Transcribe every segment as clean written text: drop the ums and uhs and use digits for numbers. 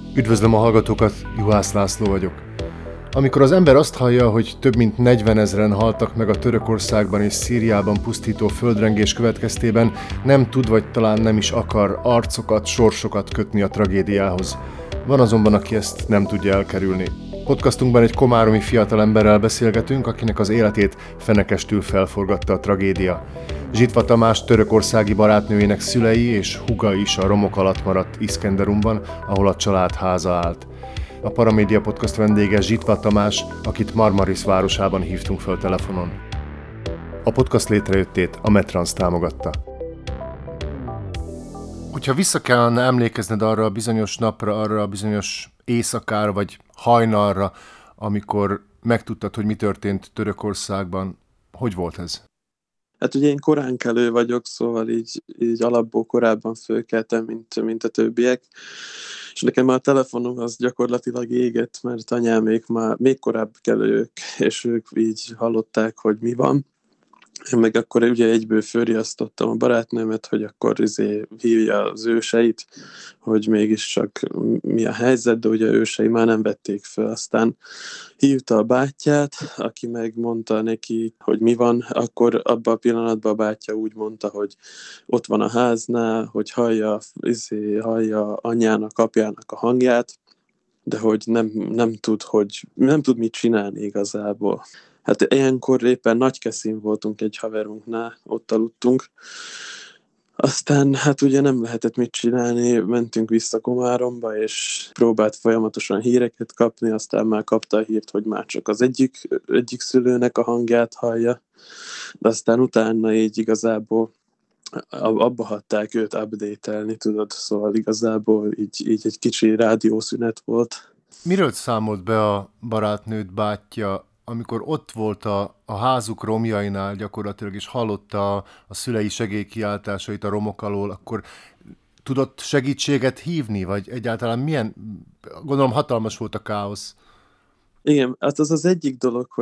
Üdvözlöm a hallgatókat, Juhász László vagyok. Amikor az ember azt hallja, hogy több mint 40 000-en haltak meg a Törökországban és Szíriában pusztító földrengés következtében, nem tud vagy talán nem is akar arcokat, sorsokat kötni a tragédiához. Van azonban, aki ezt nem tudja elkerülni. Podcastunkban egy komáromi fiatalemberrel beszélgetünk, akinek az életét fenekestül felforgatta a tragédia. Zsitva Tamás törökországi barátnőjének szülei és húga is a romok alatt maradt Iskenderunban, ahol a család háza állt. A Paramédia Podcast vendége Zsitva Tamás, akit Marmaris városában hívtunk fel telefonon. A podcast létrejöttét a Metrans támogatta. Hogyha vissza kellene emlékezned arra a bizonyos napra, arra a bizonyos éjszakára vagy hajnalra, amikor megtudtad, hogy mi történt Törökországban, hogy volt ez? Hát ugye én koránkelő vagyok, szóval így alapból korábban fölkeltem, mint a többiek. És nekem már a telefonom az gyakorlatilag égett, mert anyámék már még korább kelők, és ők így hallották, hogy mi van. Én meg akkor ugye egyből fölriasztottam a barátnőmet, hogy akkor hívja az őseit, hogy mégiscsak mi a helyzet, de ugye ősei már nem vették fel. Aztán hívta a bátyját, aki megmondta neki, hogy mi van, akkor abban a pillanatban a bátyja úgy mondta, hogy ott van a háznál, hogy hallja anyjának, apjának a hangját, de hogy nem tud mit csinálni igazából. Hát ilyenkor éppen Nagykeszin voltunk egy haverunknál, ott aludtunk. Aztán hát ugye nem lehetett mit csinálni, mentünk vissza Komáromba, és próbált folyamatosan híreket kapni, aztán már kapta a hírt, hogy már csak az egyik szülőnek a hangját hallja. De aztán utána így igazából abba hagyták őt update-elni, tudod, szóval igazából így egy kicsi rádiószünet volt. Miről számolt be a barátnőd bátyja, amikor ott volt a házuk romjainál gyakorlatilag, és hallotta a szülei segélykiáltásait a romok alól, akkor tudott segítséget hívni, vagy egyáltalán milyen, gondolom hatalmas volt a káosz. Igen, hát az egyik dolog,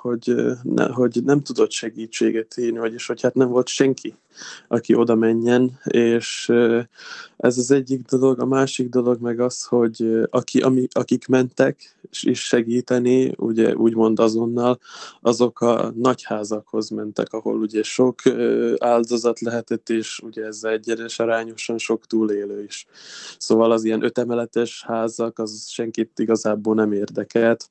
hogy nem tudott segítséget írni, vagyis hogy hát nem volt senki, aki oda menjen, és ez az egyik dolog. A másik dolog meg az, hogy akik mentek és segíteni, ugye úgymond azonnal, azok a nagyházakhoz mentek, ahol ugye sok áldozat lehetett, és ugye ezzel egyenes arányosan sok túlélő is. Szóval az ilyen 5 emeletes házak, az senkit igazából nem érdekelt.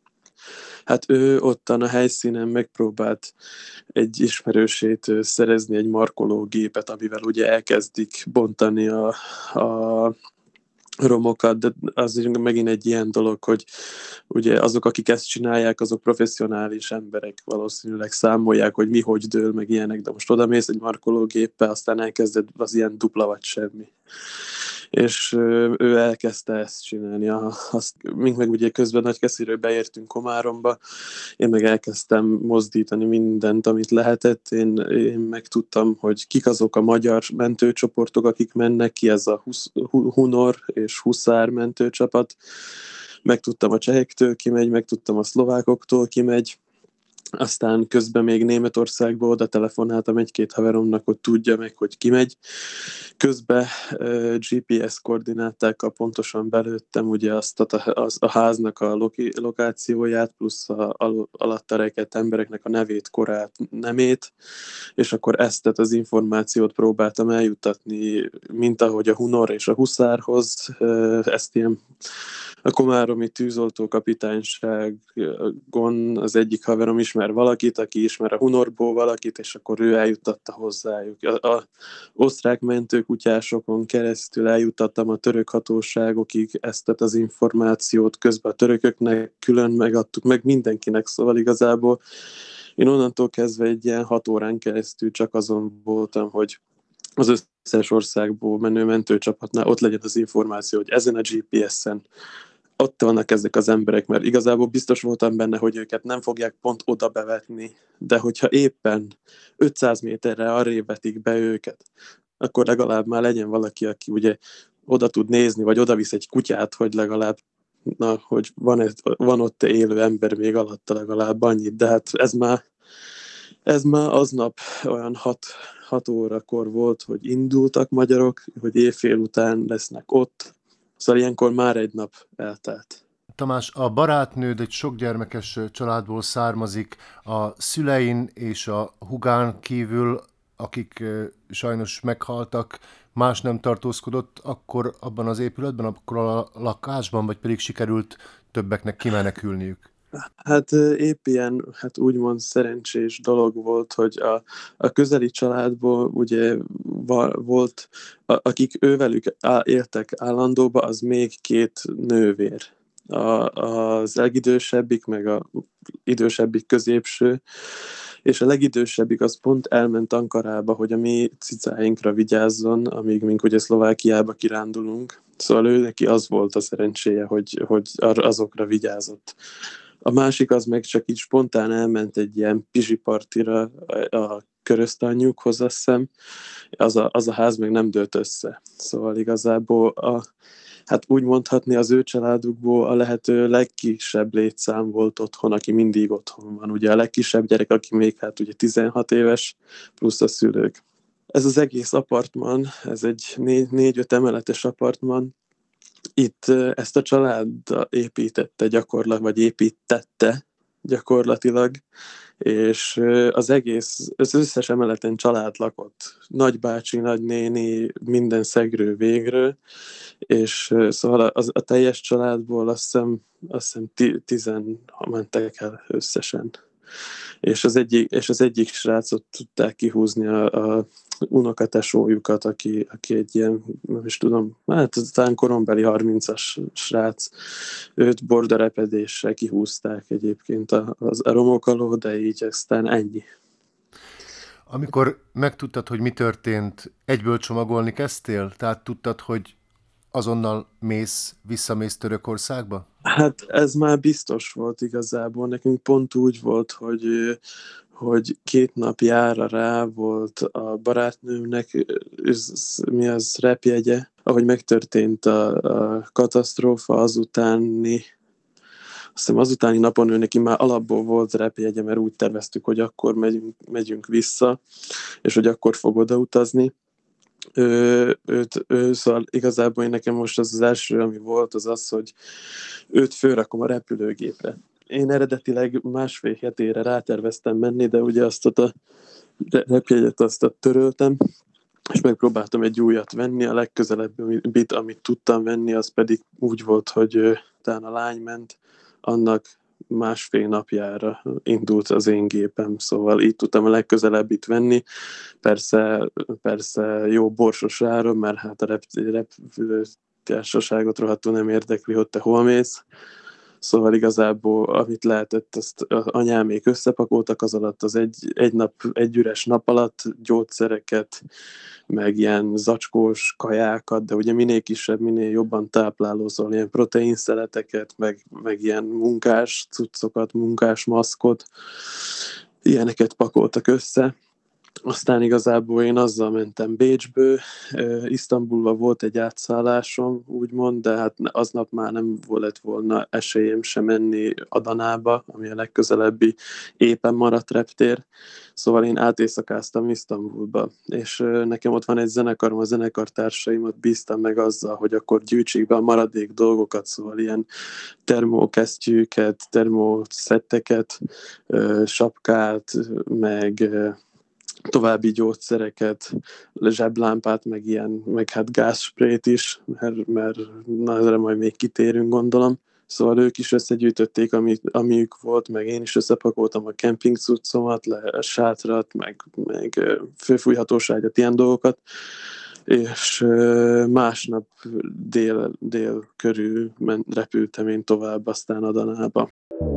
Hát ő ottan a helyszínen megpróbált egy ismerősét szerezni egy markológépet, amivel ugye elkezdik bontani a romokat, de az megint egy ilyen dolog, hogy ugye azok, akik ezt csinálják, azok professzionális emberek, valószínűleg számolják, hogy mi hogy dől, meg ilyenek, de most odamész egy markológéppel, aztán elkezded az ilyen dupla vagy semmi. És ő elkezdte ezt csinálni. Mink meg ugye közben Nagykesziről beértünk Komáromba, én meg elkezdtem mozdítani mindent, amit lehetett. Én megtudtam, hogy kik azok a magyar mentőcsoportok, akik mennek ki, ez a Hunor és Huszár mentőcsapat. Megtudtam a csehektől kimegy, megtudtam a szlovákoktól kimegy, aztán közben még Németországból oda telefonáltam egy-két haveromnak, hogy tudja meg, hogy kimegy. Közben GPS koordinátákkal pontosan belőttem ugye a háznak a lokációját, plusz alatta rejtett embereknek a nevét, korát, nemét, és akkor ezt az információt próbáltam eljuttatni, mint ahogy a Hunor és a Huszárhoz, ezt ilyen a komáromi tűzoltókapitányságon az egyik haverom ismer valakit, aki ismer a Hunorból valakit, és akkor ő eljuttatta hozzájuk. A osztrák mentőkutyásokon keresztül eljuttattam a török hatóságokig ezt az információt, közben a törököknek külön megadtuk, meg mindenkinek, szóval igazából én onnantól kezdve egy ilyen 6 órán keresztül csak azon voltam, hogy az összes országból menő mentőcsapatnál ott legyen az információ, hogy ezen a GPS-en ott vannak ezek az emberek, mert igazából biztos voltam benne, hogy őket nem fogják pont oda bevetni, de hogyha éppen 500 méterre arrébb vetik be őket, akkor legalább már legyen valaki, aki ugye oda tud nézni, vagy oda visz egy kutyát, hogy legalább hogy van ott élő ember még alatta legalább annyit, de hát ez már aznap olyan 6 órakor volt, hogy indultak magyarok, hogy éjfél után lesznek ott, Szóval ilyenkor már egy nap eltelt. Tamás, a barátnőd egy sokgyermekes családból származik, a szülein és a hugán kívül, akik sajnos meghaltak, más nem tartózkodott akkor abban az épületben, akkor a lakásban, vagy pedig sikerült többeknek kimenekülniük? Hát épp ilyen, hát úgymond szerencsés dolog volt, hogy a közeli családból ugye volt, akik ővelük éltek állandóba, az még két nővér. Az legidősebbik, meg a idősebbik középső, és a legidősebbik az pont elment Ankarába, hogy a mi cicáinkra vigyázzon, amíg mink ugye Szlovákiába kirándulunk. Szóval ő neki az volt a szerencséje, hogy azokra vigyázott. A másik az meg csak így spontán elment egy ilyen pizsipartira a köröztanyjukhoz, azt hiszem. Az a ház meg nem dőlt össze. Szóval igazából hát úgy mondhatni, az ő családukból a lehető legkisebb létszám volt otthon, aki mindig otthon van. Ugye a legkisebb gyerek, aki még hát ugye 16 éves, plusz a szülők. Ez az egész apartman, ez egy 4-5 emeletes apartman. Itt ezt a család építette vagy építette gyakorlatilag, és az összes emeleten család lakott. Nagybácsi, nagynéni, minden szegről végről, és szóval a teljes családból azt hiszem 10 mentek el összesen. És az egyik srácot tudták kihúzni a unokatesójukat, aki egy ilyen, nem is tudom, hát talán korombeli 30-as srác, őt bordarepedéssel kihúzták egyébként a romok alól, de így aztán ennyi. Amikor megtudtad, hogy mi történt, egyből csomagolni kezdtél? Tehát tudtad, hogy azonnal visszamész Törökországba? Hát ez már biztos volt igazából. Nekünk pont úgy volt, hogy 2 napjára rá volt a barátnőmnek, mi az repjegye, ahogy megtörtént a katasztrófa azutáni napon ő neki már alapból volt repjegye, mert úgy terveztük, hogy akkor megyünk vissza, és hogy akkor fog odautazni. Szóval igazából nekem most az első, ami volt, az, hogy őt fölrakom a repülőgépre. Én eredetileg 1,5 hetére ráterveztem menni, de ugye azt a repjegyet azt töröltem, és megpróbáltam egy újat venni. A legközelebbi, amit tudtam venni, az pedig úgy volt, hogy utána a lány ment, annak 1,5 napjára indult az én gépem, szóval így tudtam a legközelebbit venni. Persze jó borsos áron, mert hát a repülőtársaságot rohadtul nem érdekli, hogy te hol mész. Szóval igazából, amit lehetett, azt anyámék összepakoltak az alatt, az egy üres nap alatt gyógyszereket, meg ilyen zacskós kajákat, de ugye minél kisebb, minél jobban tápláló, szóval ilyen proteinszeleteket, meg ilyen munkás cuccokat, munkás maszkot, ilyeneket pakoltak össze. Aztán igazából én azzal mentem Bécsből, Isztambulba volt egy átszállásom, úgymond, de hát aznap már nem lett volna esélyem sem menni Adanába, ami a legközelebbi éppen maradt reptér. Szóval én átészakáztam Isztambulba, és nekem ott van egy zenekarom, a zenekartársaimat bíztam meg azzal, hogy akkor gyűjtsék be a maradék dolgokat, szóval ilyen termókesztyűket, termoszetteket, sapkát, meg további gyógyszereket, zseblámpát, meg hát gázsprét is, mert na, erre majd még kitérünk, gondolom. Szóval ők is összegyűjtötték, amiük volt, meg én is összepakoltam a kemping cuccomat, a sátrat, meg főfújhatóságot, ilyen dolgokat, és másnap dél körül repültem én tovább aztán Adanába.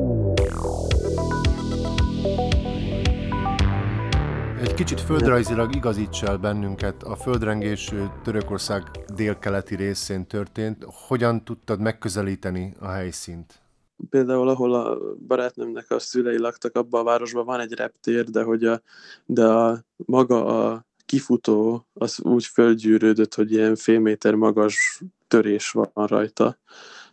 Egy kicsit földrajzilag igazíts el bennünket. A földrengés Törökország délkeleti részén történt. Hogyan tudtad megközelíteni a helyszínt? Például, ahol a barátnőmnek a szülei laktak, abban a városban van egy reptér, de maga a kifutó az úgy fölgyűrődött, hogy ilyen fél méter magas törés van rajta.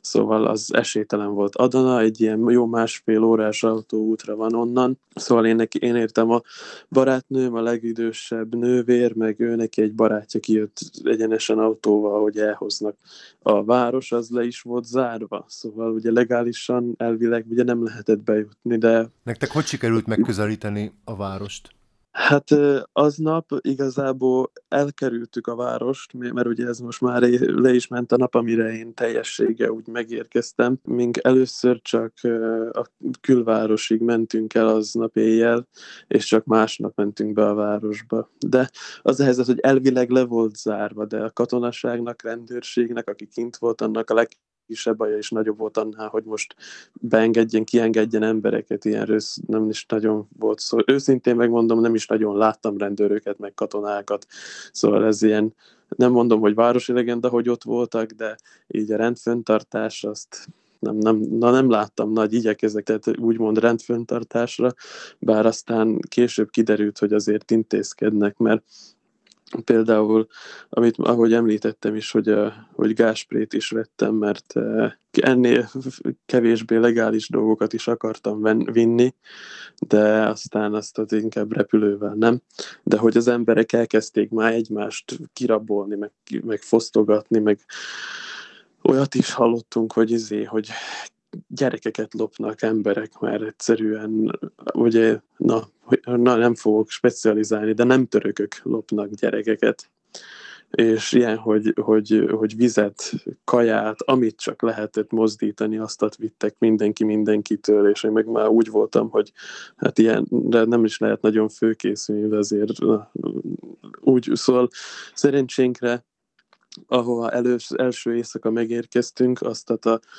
szóval az esélytelen volt. Adana egy ilyen jó másfél órás autóútra van onnan, szóval én értem, a barátnőm, a legidősebb nővér, meg ő neki egy barátja kijött egyenesen autóval, hogy elhoznak. A város az le is volt zárva, szóval ugye legálisan elvileg ugye nem lehetett bejutni, de Nektek hogy sikerült megközelíteni a várost? hát aznap igazából elkerültük a várost, mert ugye ez most már le is ment a nap, amire én teljessége úgy megérkeztem. Mink először csak a külvárosig mentünk el aznap éjjel, és csak másnap mentünk be a városba. De az a helyzet, hogy elvileg le volt zárva, de a katonaságnak, rendőrségnek, aki kint volt, annak a kisebb baja is nagyobb volt annál, hogy most beengedjen, kiengedjen embereket, ilyenről nem is nagyon volt szó. Őszintén megmondom, nem is nagyon láttam rendőröket, meg katonákat, szóval ez ilyen, nem mondom, hogy városi legenda, hogy ott voltak, de így a rendfenntartás, azt nem láttam nagy igyekezek, tehát úgymond rendfenntartásra, bár aztán később kiderült, hogy azért intézkednek, mert például, ahogy említettem is, hogy gázsprét is vettem, mert ennél kevésbé legális dolgokat is akartam vinni, de aztán azt inkább repülővel nem. De hogy az emberek elkezdték már egymást kirabolni, meg fosztogatni, meg olyat is hallottunk, hogy gyerekeket lopnak emberek, mert egyszerűen, ugye, nem fogok specializálni, de nem törökök lopnak gyerekeket. És ilyen, hogy vizet, kaját, amit csak lehetett mozdítani, azt vittek mindenkitől, és én meg már úgy voltam, hogy hát ilyenre nem is lehet nagyon fölkészülni, de azért úgy, szóval szerencsénkre ahova első éjszaka megérkeztünk, azt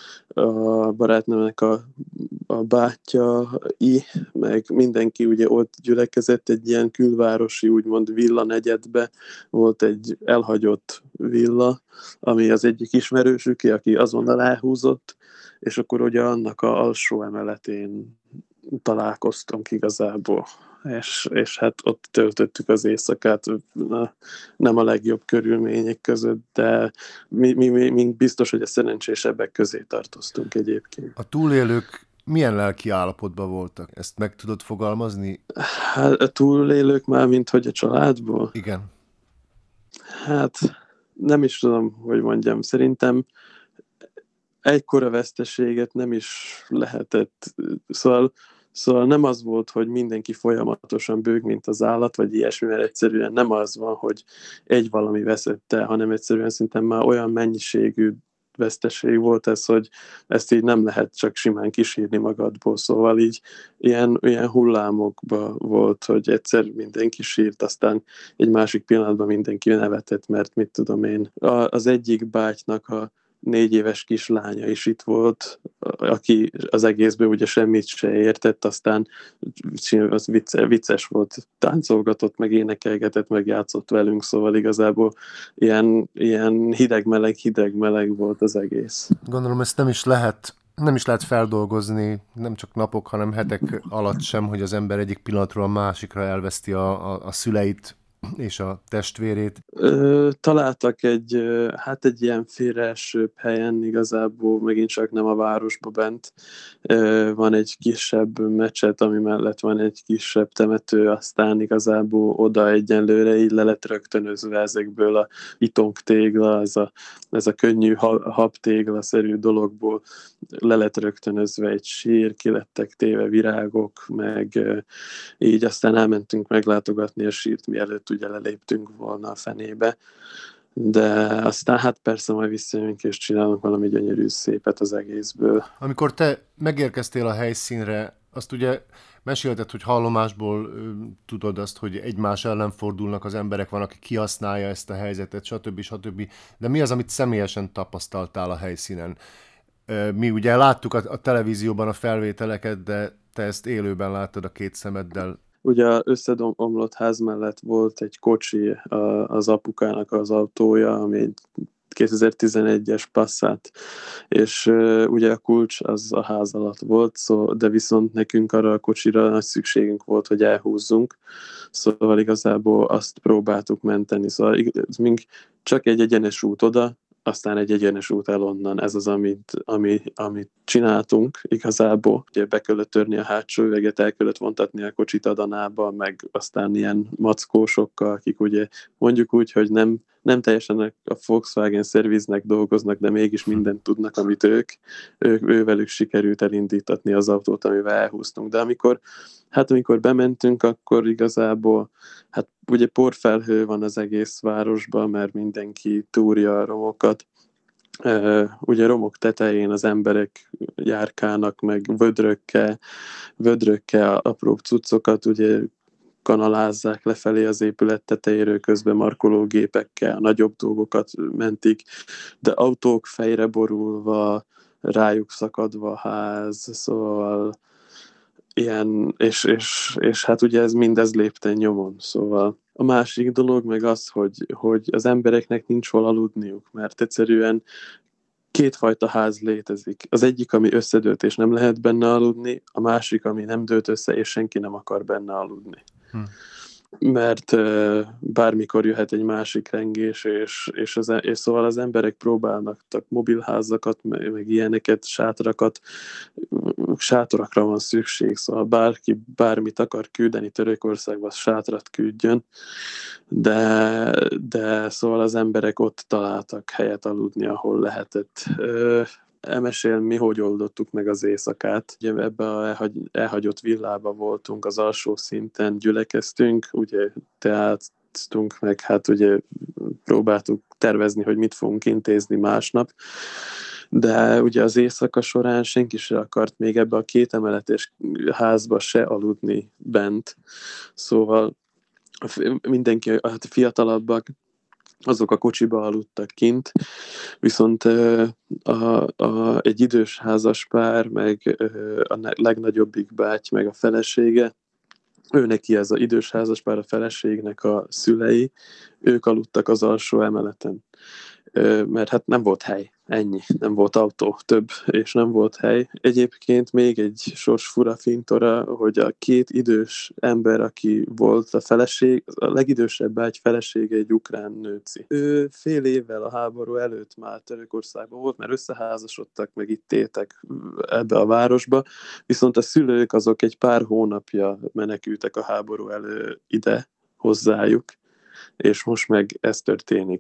a barátnőmnek a bátyai, meg mindenki ugye ott gyülekezett egy ilyen külvárosi, úgymond villa negyedbe, volt egy elhagyott villa, ami az egyik ismerősüké, aki azonnal elhúzott, és akkor ugye annak a alsó emeletén találkoztunk igazából. És hát ott töltöttük az éjszakát, nem a legjobb körülmények között, de mi biztos, hogy a szerencsésebbek közé tartoztunk egyébként. A túlélők milyen lelki állapotban voltak? Ezt meg tudod fogalmazni? Hát a túlélők már, mint hogy a családból? Igen. Hát nem is tudom, hogy mondjam. Szerintem egykora veszteséget nem is lehetett. Szóval nem az volt, hogy mindenki folyamatosan bőg, mint az állat, vagy ilyesmi, mert egyszerűen nem az van, hogy egy valami veszett el, hanem egyszerűen szerintem már olyan mennyiségű veszteség volt ez, hogy ezt így nem lehet csak simán kisírni magadból, szóval így ilyen hullámokban volt, hogy egyszer mindenki sírt, aztán egy másik pillanatban mindenki nevetett, mert mit tudom én. Az egyik bátynak a 4 éves kislánya is itt volt, aki az egészből ugye semmit se értett, aztán az vicces volt, táncolgatott, meg énekelgetett, meg játszott velünk, szóval igazából ilyen hideg-meleg volt az egész. Gondolom, ezt nem is lehet feldolgozni, nem csak napok, hanem hetek alatt sem, hogy az ember egyik pillanatról a másikra elveszti a szüleit és a testvérét. Találtak egy ilyen félreesőbb helyen, igazából megint csak nem a városba bent. Van egy kisebb mecset, ami mellett van egy kisebb temető, aztán igazából oda egyenlőre így le lett rögtönözve ezekből a itongtégla, ez a könnyű habtégla-szerű dologból le lett rögtönözve egy sír, ki lettek téve virágok, meg így aztán elmentünk meglátogatni a sírt, mielőtt ugye leléptünk volna a fenébe, de aztán hát persze majd visszajönk és csinálunk valami gyönyörű szépet az egészből. Amikor te megérkeztél a helyszínre, azt ugye mesélted, hogy hallomásból tudod azt, hogy egymás ellen fordulnak az emberek, van, aki kihasználja ezt a helyzetet, stb. De mi az, amit személyesen tapasztaltál a helyszínen? Mi ugye láttuk a televízióban a felvételeket, de te ezt élőben láttad a két szemeddel. Ugye összeomlott ház mellett volt egy kocsi, az apukának az autója, ami egy 2011-es Passat, és ugye a kulcs az a ház alatt volt, de viszont nekünk arra a kocsira nagy szükségünk volt, hogy elhúzzunk, szóval igazából azt próbáltuk menteni, szóval mink csak egy egyenes út oda, aztán egy egyenes út el onnan. Ez az, amit csináltunk igazából. Ugye be kellett törni a hátsó üveget, el kellett vontatni a kocsit Adanába, meg aztán ilyen mackósokkal, akik ugye mondjuk úgy, hogy nem teljesen a Volkswagen szerviznek dolgoznak, de mégis mindent tudnak, amit ővelük sikerült elindítatni az autót, amivel elhúztunk. De amikor bementünk, akkor igazából hát ugye porfelhő van az egész városban, mert mindenki túrja a romokat. Ugye romok tetején az emberek járkálnak, meg vödrökkel apróbb cuccokat, ugye kanalázzák lefelé az épület tetejéről, közben markológépekkel a nagyobb dolgokat mentik, de autók fejre borulva, rájuk szakadva a ház, szóval ilyen, és hát ugye ez mindez lépten nyomon, szóval a másik dolog meg az, hogy az embereknek nincs hol aludniuk, mert egyszerűen kétfajta ház létezik. Az egyik, ami összedőlt, és nem lehet benne aludni, a másik, ami nem dőlt össze, és senki nem akar benne aludni. Mert bármikor jöhet egy másik rengés, és szóval az emberek próbálnak mobilházakat, meg ilyeneket, sátorakra van szükség, szóval bárki bármit akar küldeni Törökországba, sátrat küldjön, de szóval az emberek ott találtak helyet aludni, ahol lehetett. Elmesél, mi hogy oldottuk meg az éjszakát. Ugye ebbe a elhagyott villába voltunk, az alsó szinten gyülekeztünk, ugye teáztunk meg, hát ugye próbáltuk tervezni, hogy mit fogunk intézni másnap, de ugye az éjszaka során senki se akart még ebbe a 2 emeletes házba se aludni bent, szóval mindenki, a fiatalabbak, azok a kocsiba aludtak kint, viszont egy idős házaspár, meg a legnagyobbik báty, meg a felesége, ő neki ez az idős házaspár, a feleségnek a szülei, ők aludtak az alsó emeleten. Mert hát nem volt hely, ennyi, nem volt autó több, és nem volt hely. Egyébként még egy sors fura fintora, hogy a 2 idős ember, aki volt a feleség, a legidősebb báty felesége egy ukrán nőci. Ő fél évvel a háború előtt már Törökországban volt, mert összeházasodtak, meg itt éltek ebbe a városba, viszont a szülők azok egy pár hónapja menekültek a háború elő ide hozzájuk, és most meg ez történik.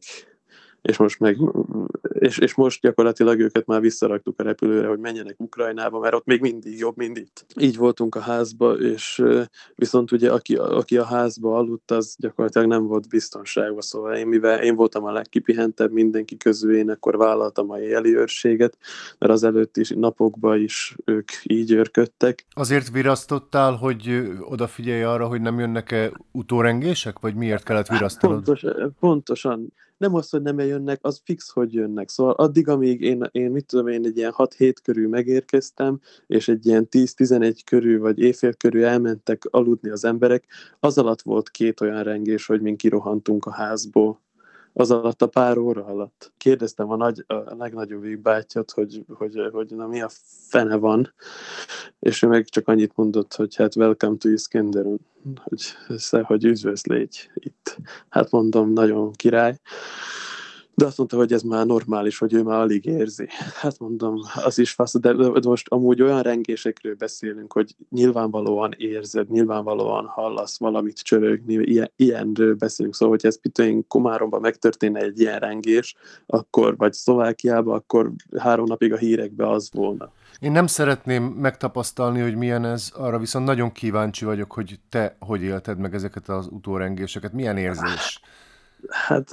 És most gyakorlatilag őket már visszaraktuk a repülőre, hogy menjenek Ukrajnába, mert ott még mindig jobb, mint itt. Így voltunk a házba, és viszont ugye aki a házba aludt, az gyakorlatilag nem volt biztonságban, szóval mivel én voltam a legkipihentebb mindenki közül, én akkor vállaltam a éjjeli őrséget, mert az előtti napokban is ők így őrködtek. Azért virasztottál, hogy odafigyelj arra, hogy nem jönnek-e utórengések, vagy miért kellett virasztanod? Pontosan. Nem az, hogy nem jönnek, az fix, hogy jönnek. Szóval addig, amíg én mit tudom én, egy ilyen 6-7 körül megérkeztem, és egy ilyen 10-11 körül, vagy éjfél körül elmentek aludni az emberek, az alatt volt 2 olyan rengés, hogy mi kirohantunk a házból. Az alatt a pár óra alatt. Kérdeztem a legnagyobbik bátyjat, hogy na mi a fene van, és ő meg csak annyit mondott, hogy hát welcome to Iskenderun, hogy üdvözlégy itt. Hát mondom, nagyon király. De azt mondta, hogy ez már normális, hogy ő már alig érzi. Hát mondom, az is fasz, de most amúgy olyan rengésekről beszélünk, hogy nyilvánvalóan érzed, nyilvánvalóan hallasz valamit csörögni, ilyenről beszélünk. Szóval, hogy ez pitően Komáromban megtörténne egy ilyen rengés, akkor, vagy Szlovákiában, akkor 3 napig a hírekben az volna. Én nem szeretném megtapasztalni, hogy milyen ez, arra viszont nagyon kíváncsi vagyok, hogy te hogy élted meg ezeket az utórengéseket. Milyen érzés? Hát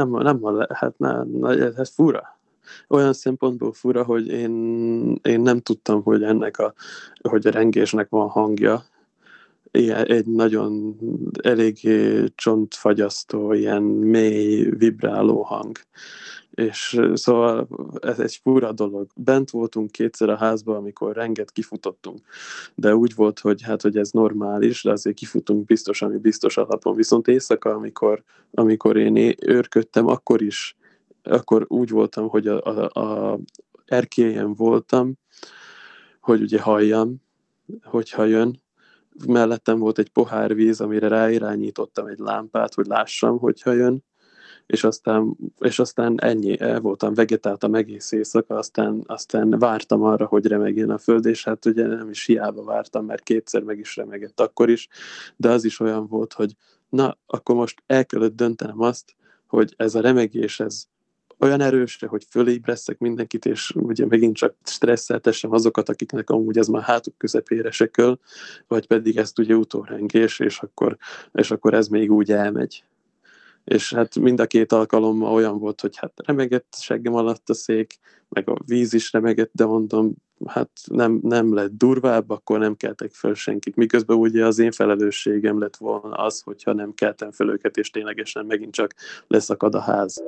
ez fura. Olyan szempontból fura, hogy én nem tudtam, hogy hogy a rengésnek van hangja. Ilyen, egy nagyon eléggé csontfagyasztó, ilyen mély, vibráló hang. És szóval ez egy fura dolog. Bent voltunk 2-szer a házban, amikor renget kifutottunk. De úgy volt, hogy ez normális, de azért kifutunk biztos, ami biztos alapon. Viszont éjszaka, amikor én őrködtem, akkor úgy voltam, hogy a erkélyen voltam, hogy ugye halljam, hogyha jön. Mellettem volt egy pohár víz, amire ráirányítottam egy lámpát, hogy lássam, hogyha jön, és aztán ennyi, el voltam, vegetáltam egész éjszaka, aztán vártam arra, hogy remegjen a föld, és hát ugye nem is hiába vártam, mert kétszer meg is remegett akkor is, de az is olyan volt, hogy na, akkor most el kellett döntenem azt, hogy ez a remegés, ez olyan erősre, hogy fölébreszek mindenkit, és ugye megint csak stresszeltessem azokat, akiknek amúgy ez már hátuk közepére se köl, vagy pedig ezt ugye utórengés, és akkor ez még úgy elmegy. És hát mind a két alkalommal olyan volt, hogy hát remegett seggem alatt a szék, meg a víz is remegett, de mondom, hát nem lett durvább, akkor nem keltek föl senkit. Miközben ugye az én felelősségem lett volna az, hogyha nem keltem föl őket, és ténylegesen megint csak leszakad a ház.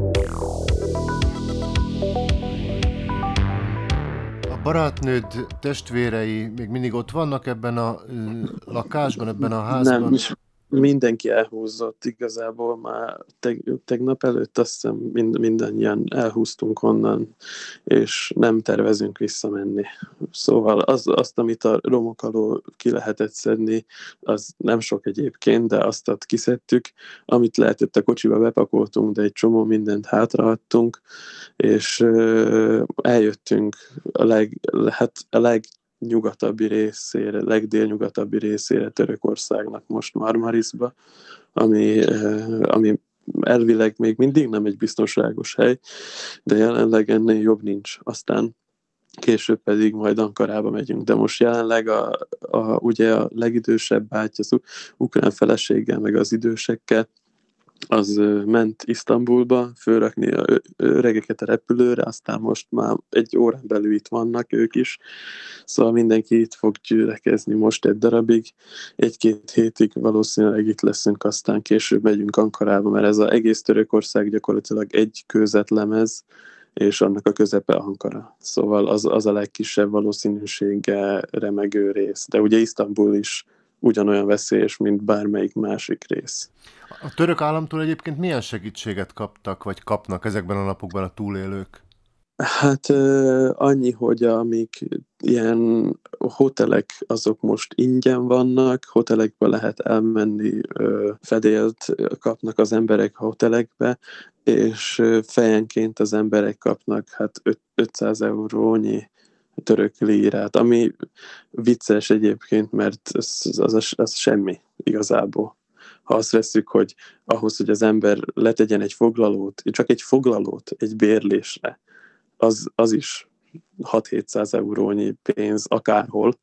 A barátnőd testvérei még mindig ott vannak ebben a lakásban, ebben a házban? Nem, mindenki elhúzott igazából már tegnap előtt, azt hiszem mindannyian elhúztunk onnan, és nem tervezünk visszamenni. Szóval azt, amit a romok alól ki lehetett szedni, az nem sok egyébként, de azt kiszedtük. Amit lehetett, a kocsiba bepakoltunk, de egy csomó mindent hátraadtunk, és eljöttünk a legnyugatabbi részére, legdélnyugatabbi részére Törökországnak, most Marmarisba, ami elvileg még mindig nem egy biztonságos hely, de jelenleg ennél jobb nincs. Aztán később pedig majd Ankarába megyünk, de most jelenleg ugye a legidősebb bátyja, az ukrán feleséggel, meg az idősekkel, az ment Isztambulba fölrakni a öregeket a repülőre, aztán most már egy órán belül itt vannak ők is, szóval mindenki itt fog gyülekezni most egy darabig, egy-két hétig valószínűleg itt leszünk, aztán később megyünk Ankarába, mert ez az egész Törökország gyakorlatilag egy kőzetlemez, és annak a közepe Ankara. Szóval az a legkisebb valószínűséggel remegő rész. De ugye Isztambul is ugyanolyan veszélyes, mint bármelyik másik rész. A török államtól egyébként milyen segítséget kaptak, vagy kapnak ezekben a napokban a túlélők? Hát annyi, hogy amik ilyen hotelek, azok most ingyen vannak, hotelekbe lehet elmenni, fedélt kapnak az emberek a hotelekbe, és fejenként az emberek kapnak hát 500 eurónyi török lírát, ami vicces egyébként, mert az semmi igazából. Ha azt vesszük, hogy ahhoz, hogy az ember letegyen egy foglalót, csak egy foglalót egy bérlésre, az is 6-700 eurónyi pénz akárhol,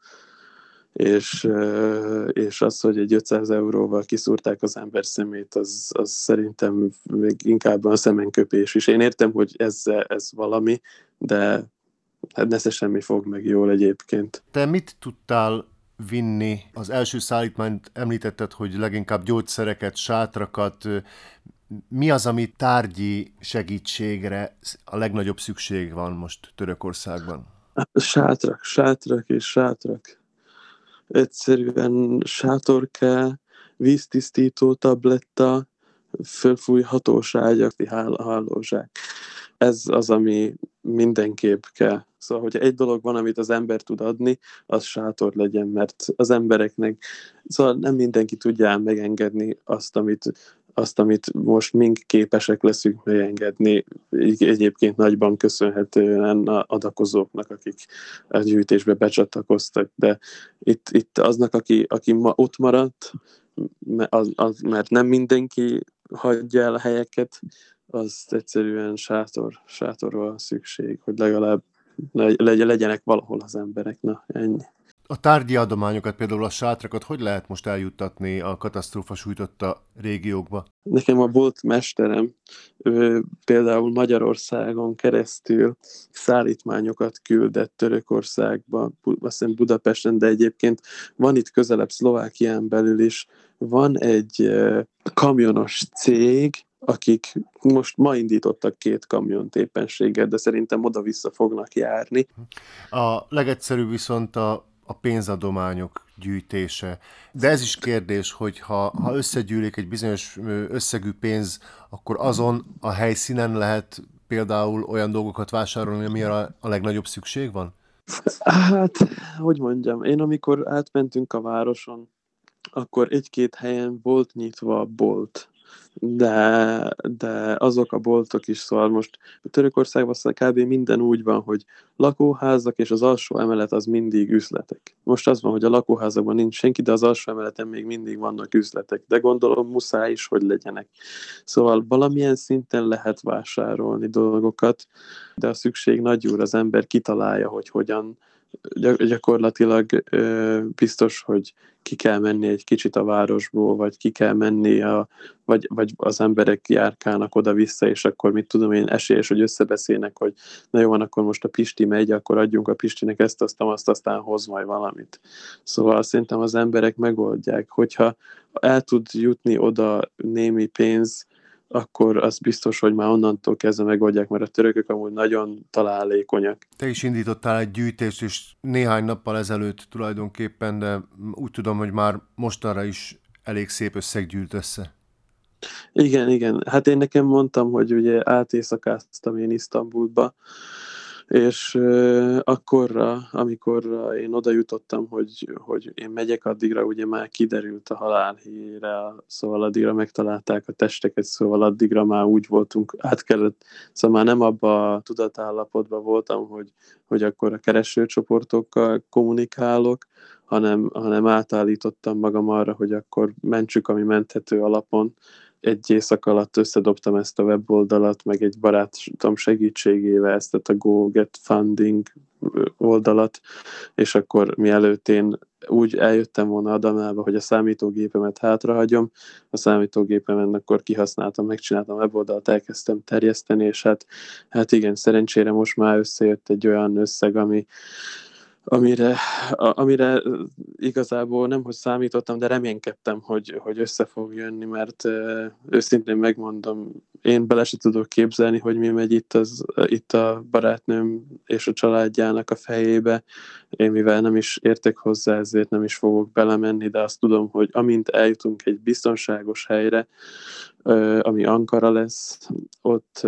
és az, hogy egy 500 euróval kiszúrták az ember szemét, az szerintem még inkább a szemenköpés is. Én értem, hogy ez valami, de hát nesze semmi fog meg jól egyébként. Te mit tudtál vinni? Az első szállítmányt említetted, hogy leginkább gyógyszereket, sátrakat. Mi az, ami tárgyi segítségre a legnagyobb szükség van most Törökországban? Sátrak és sátrak. Egyszerűen sátorka, víztisztító tabletta, fölfújhatós ágyak, hálózsák. Ez az, ami mindenképp kell. Szóval, hogyha egy dolog van, amit az ember tud adni, az sátor legyen, mert az embereknek, szóval nem mindenki tudja megengedni azt, amit most mink képesek leszünk megengedni, egyébként nagyban köszönhetően a adakozóknak, akik a gyűjtésbe becsatlakoztak, de itt aznak, aki ott maradt, mert nem mindenki hagyja el a helyeket, az egyszerűen sátorra van szükség, hogy legalább legyenek valahol az emberek, na ennyi. A tárgyi adományokat, például a sátrakat, hogy lehet most eljuttatni a katasztrófa sújtotta régiókba? Nekem volt mesterem, ő például Magyarországon keresztül szállítmányokat küldett Törökországba, azt hiszem Budapesten, de egyébként van itt közelebb Szlovákián belül is, van egy kamionos cég, akik most ma indítottak 2 kamiont éppenséggel, de szerintem oda-vissza fognak járni. A legegyszerűbb viszont a pénzadományok gyűjtése. De ez is kérdés, hogy ha összegyűlik egy bizonyos összegű pénz, akkor azon a helyszínen lehet például olyan dolgokat vásárolni, amire a legnagyobb szükség van? Hát, hogy mondjam, én amikor átmentünk a városon, akkor 1-2 helyen volt nyitva a bolt. de azok a boltok is, szóval most Törökországban kb. Minden úgy van, hogy lakóházak, és az alsó emelet az mindig üzletek. Most az van, hogy a lakóházakban nincs senki, de az alsó emeleten még mindig vannak üzletek, de gondolom muszáj is, hogy legyenek. Szóval valamilyen szinten lehet vásárolni dolgokat, de a szükség nagyúr, az ember kitalálja, hogy hogyan. Gyakorlatilag biztos, hogy ki kell menni egy kicsit a városból, vagy ki kell menni, vagy az emberek járkálnak oda-vissza, és akkor mit tudom én, esélyes, hogy összebeszélnek, hogy na jó van, akkor most a Pisti megy, akkor adjunk a Pistinek ezt, azt, aztán hoz majd valamit. Szóval szerintem az emberek megoldják. Hogyha el tud jutni oda némi pénz, akkor az biztos, hogy már onnantól kezdve megoldják, mert a törökök amúgy nagyon találékonyak. Te is indítottál egy gyűjtést, és néhány nappal ezelőtt tulajdonképpen, de úgy tudom, hogy már mostanra is elég szép összeg gyűlt össze. Igen. Hát én nekem mondtam, hogy ugye átészakáztam én Isztambulba, és akkorra, amikor én oda jutottam, hogy én megyek, addigra ugye már kiderült a halálhíre, szóval addigra megtalálták a testeket, szóval addigra már úgy voltunk, szóval már nem abban a tudatállapotban voltam, hogy akkor a keresőcsoportokkal kommunikálok, hanem átállítottam magam arra, hogy akkor mentsük, ami menthető alapon. Egy éjszak alatt összedobtam ezt a weboldalat, meg egy barátom segítségével ezt a Go Get Funding oldalat, és akkor mielőtt én úgy eljöttem volna Adamába, hogy a számítógépemet hátrahagyom, a számítógépemen akkor kihasználtam, megcsináltam a weboldalt, elkezdtem terjeszteni, és hát igen, szerencsére most már összejött egy olyan összeg, amire igazából nem, hogy számítottam, de reménykedtem, hogy össze fog jönni, mert őszintén megmondom, én bele se tudok képzelni, hogy mi megy itt a barátnőm és a családjának a fejébe. Én mivel nem is értek hozzá, ezért nem is fogok belemenni, de azt tudom, hogy amint eljutunk egy biztonságos helyre, ami Ankara lesz, ott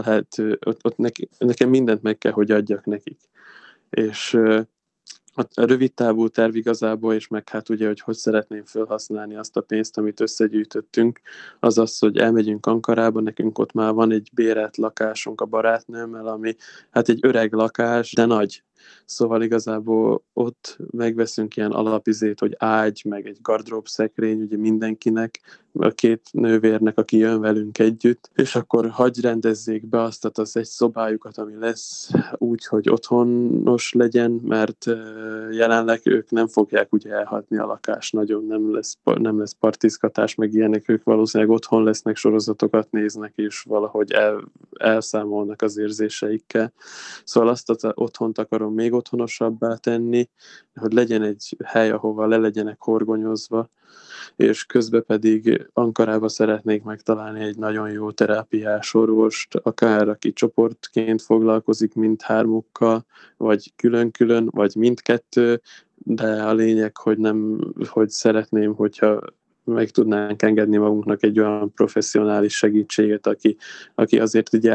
nekem mindent meg kell, hogy adjak nekik. És a rövid távú terv igazából, és meg hát ugye, hogy szeretném felhasználni azt a pénzt, amit összegyűjtöttünk, az az, hogy elmegyünk Ankarába, nekünk ott már van egy bérelt lakásunk a barátnőmmel, ami hát egy öreg lakás, de nagy. Szóval igazából ott megveszünk ilyen alapizét, hogy ágy, meg egy gardrób szekrény, ugye mindenkinek, a két nővérnek, aki jön velünk együtt, és akkor hagy rendezzék be azt az egy szobájukat, ami lesz úgy, hogy otthonos legyen, mert jelenleg ők nem fogják ugye elhatni a lakást, nagyon nem lesz partizgatás, meg ilyenek, ők valószínűleg otthon lesznek, sorozatokat néznek, és valahogy elszámolnak az érzéseikkel. Szóval azt az otthont akarom még otthonosabbá tenni, hogy legyen egy hely, ahova le legyenek horgonyozva, és közben pedig Ankarába szeretnék megtalálni egy nagyon jó terápiás orvost, akár aki csoportként foglalkozik mindhármukkal, vagy külön-külön, vagy mindkettő, de a lényeg, hogy szeretném, hogyha meg tudnánk engedni magunknak egy olyan professzionális segítséget, aki azért ugye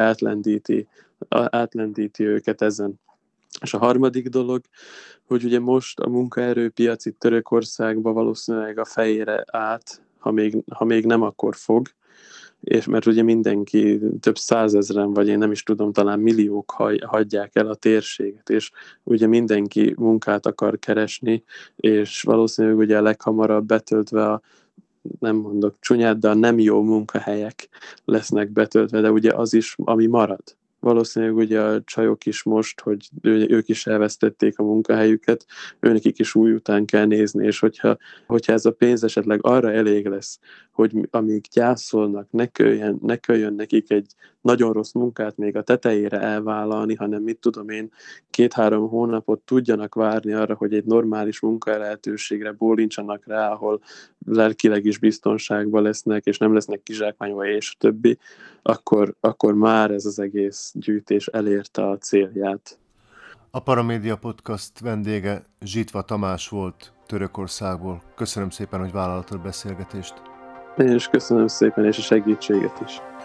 átlendíti őket ezen. És a harmadik dolog, hogy ugye most a munkaerőpiac itt Törökországban valószínűleg a fejére át, ha még nem, akkor fog, és mert ugye mindenki, több százezren, vagy én nem is tudom, talán milliók hagyják el a térséget, és ugye mindenki munkát akar keresni, és valószínűleg ugye a leghamarabb betöltve nem mondok csúnyát, de a nem jó munkahelyek lesznek betöltve, de ugye az is, ami marad. Valószínűleg ugye a csajok is most, hogy ők is elvesztették a munkahelyüket, őnekik is új után kell nézni, és hogyha ez a pénz esetleg arra elég lesz, hogy amíg gyászolnak, ne köljön nekik egy nagyon rossz munkát még a tetejére elvállalni, hanem mit tudom én, 2-3 hónapot tudjanak várni arra, hogy egy normális munkalehetőségre bólincsanak rá, ahol lelkileg is biztonságban lesznek, és nem lesznek kizsákmányolva, és a többi, akkor már ez az egész gyűjtés elérte a célját. A Paramédia Podcast vendége Zsitva Tamás volt Törökországból. Köszönöm szépen, hogy vállaltad a beszélgetést. Én is köszönöm szépen, és a segítséget is.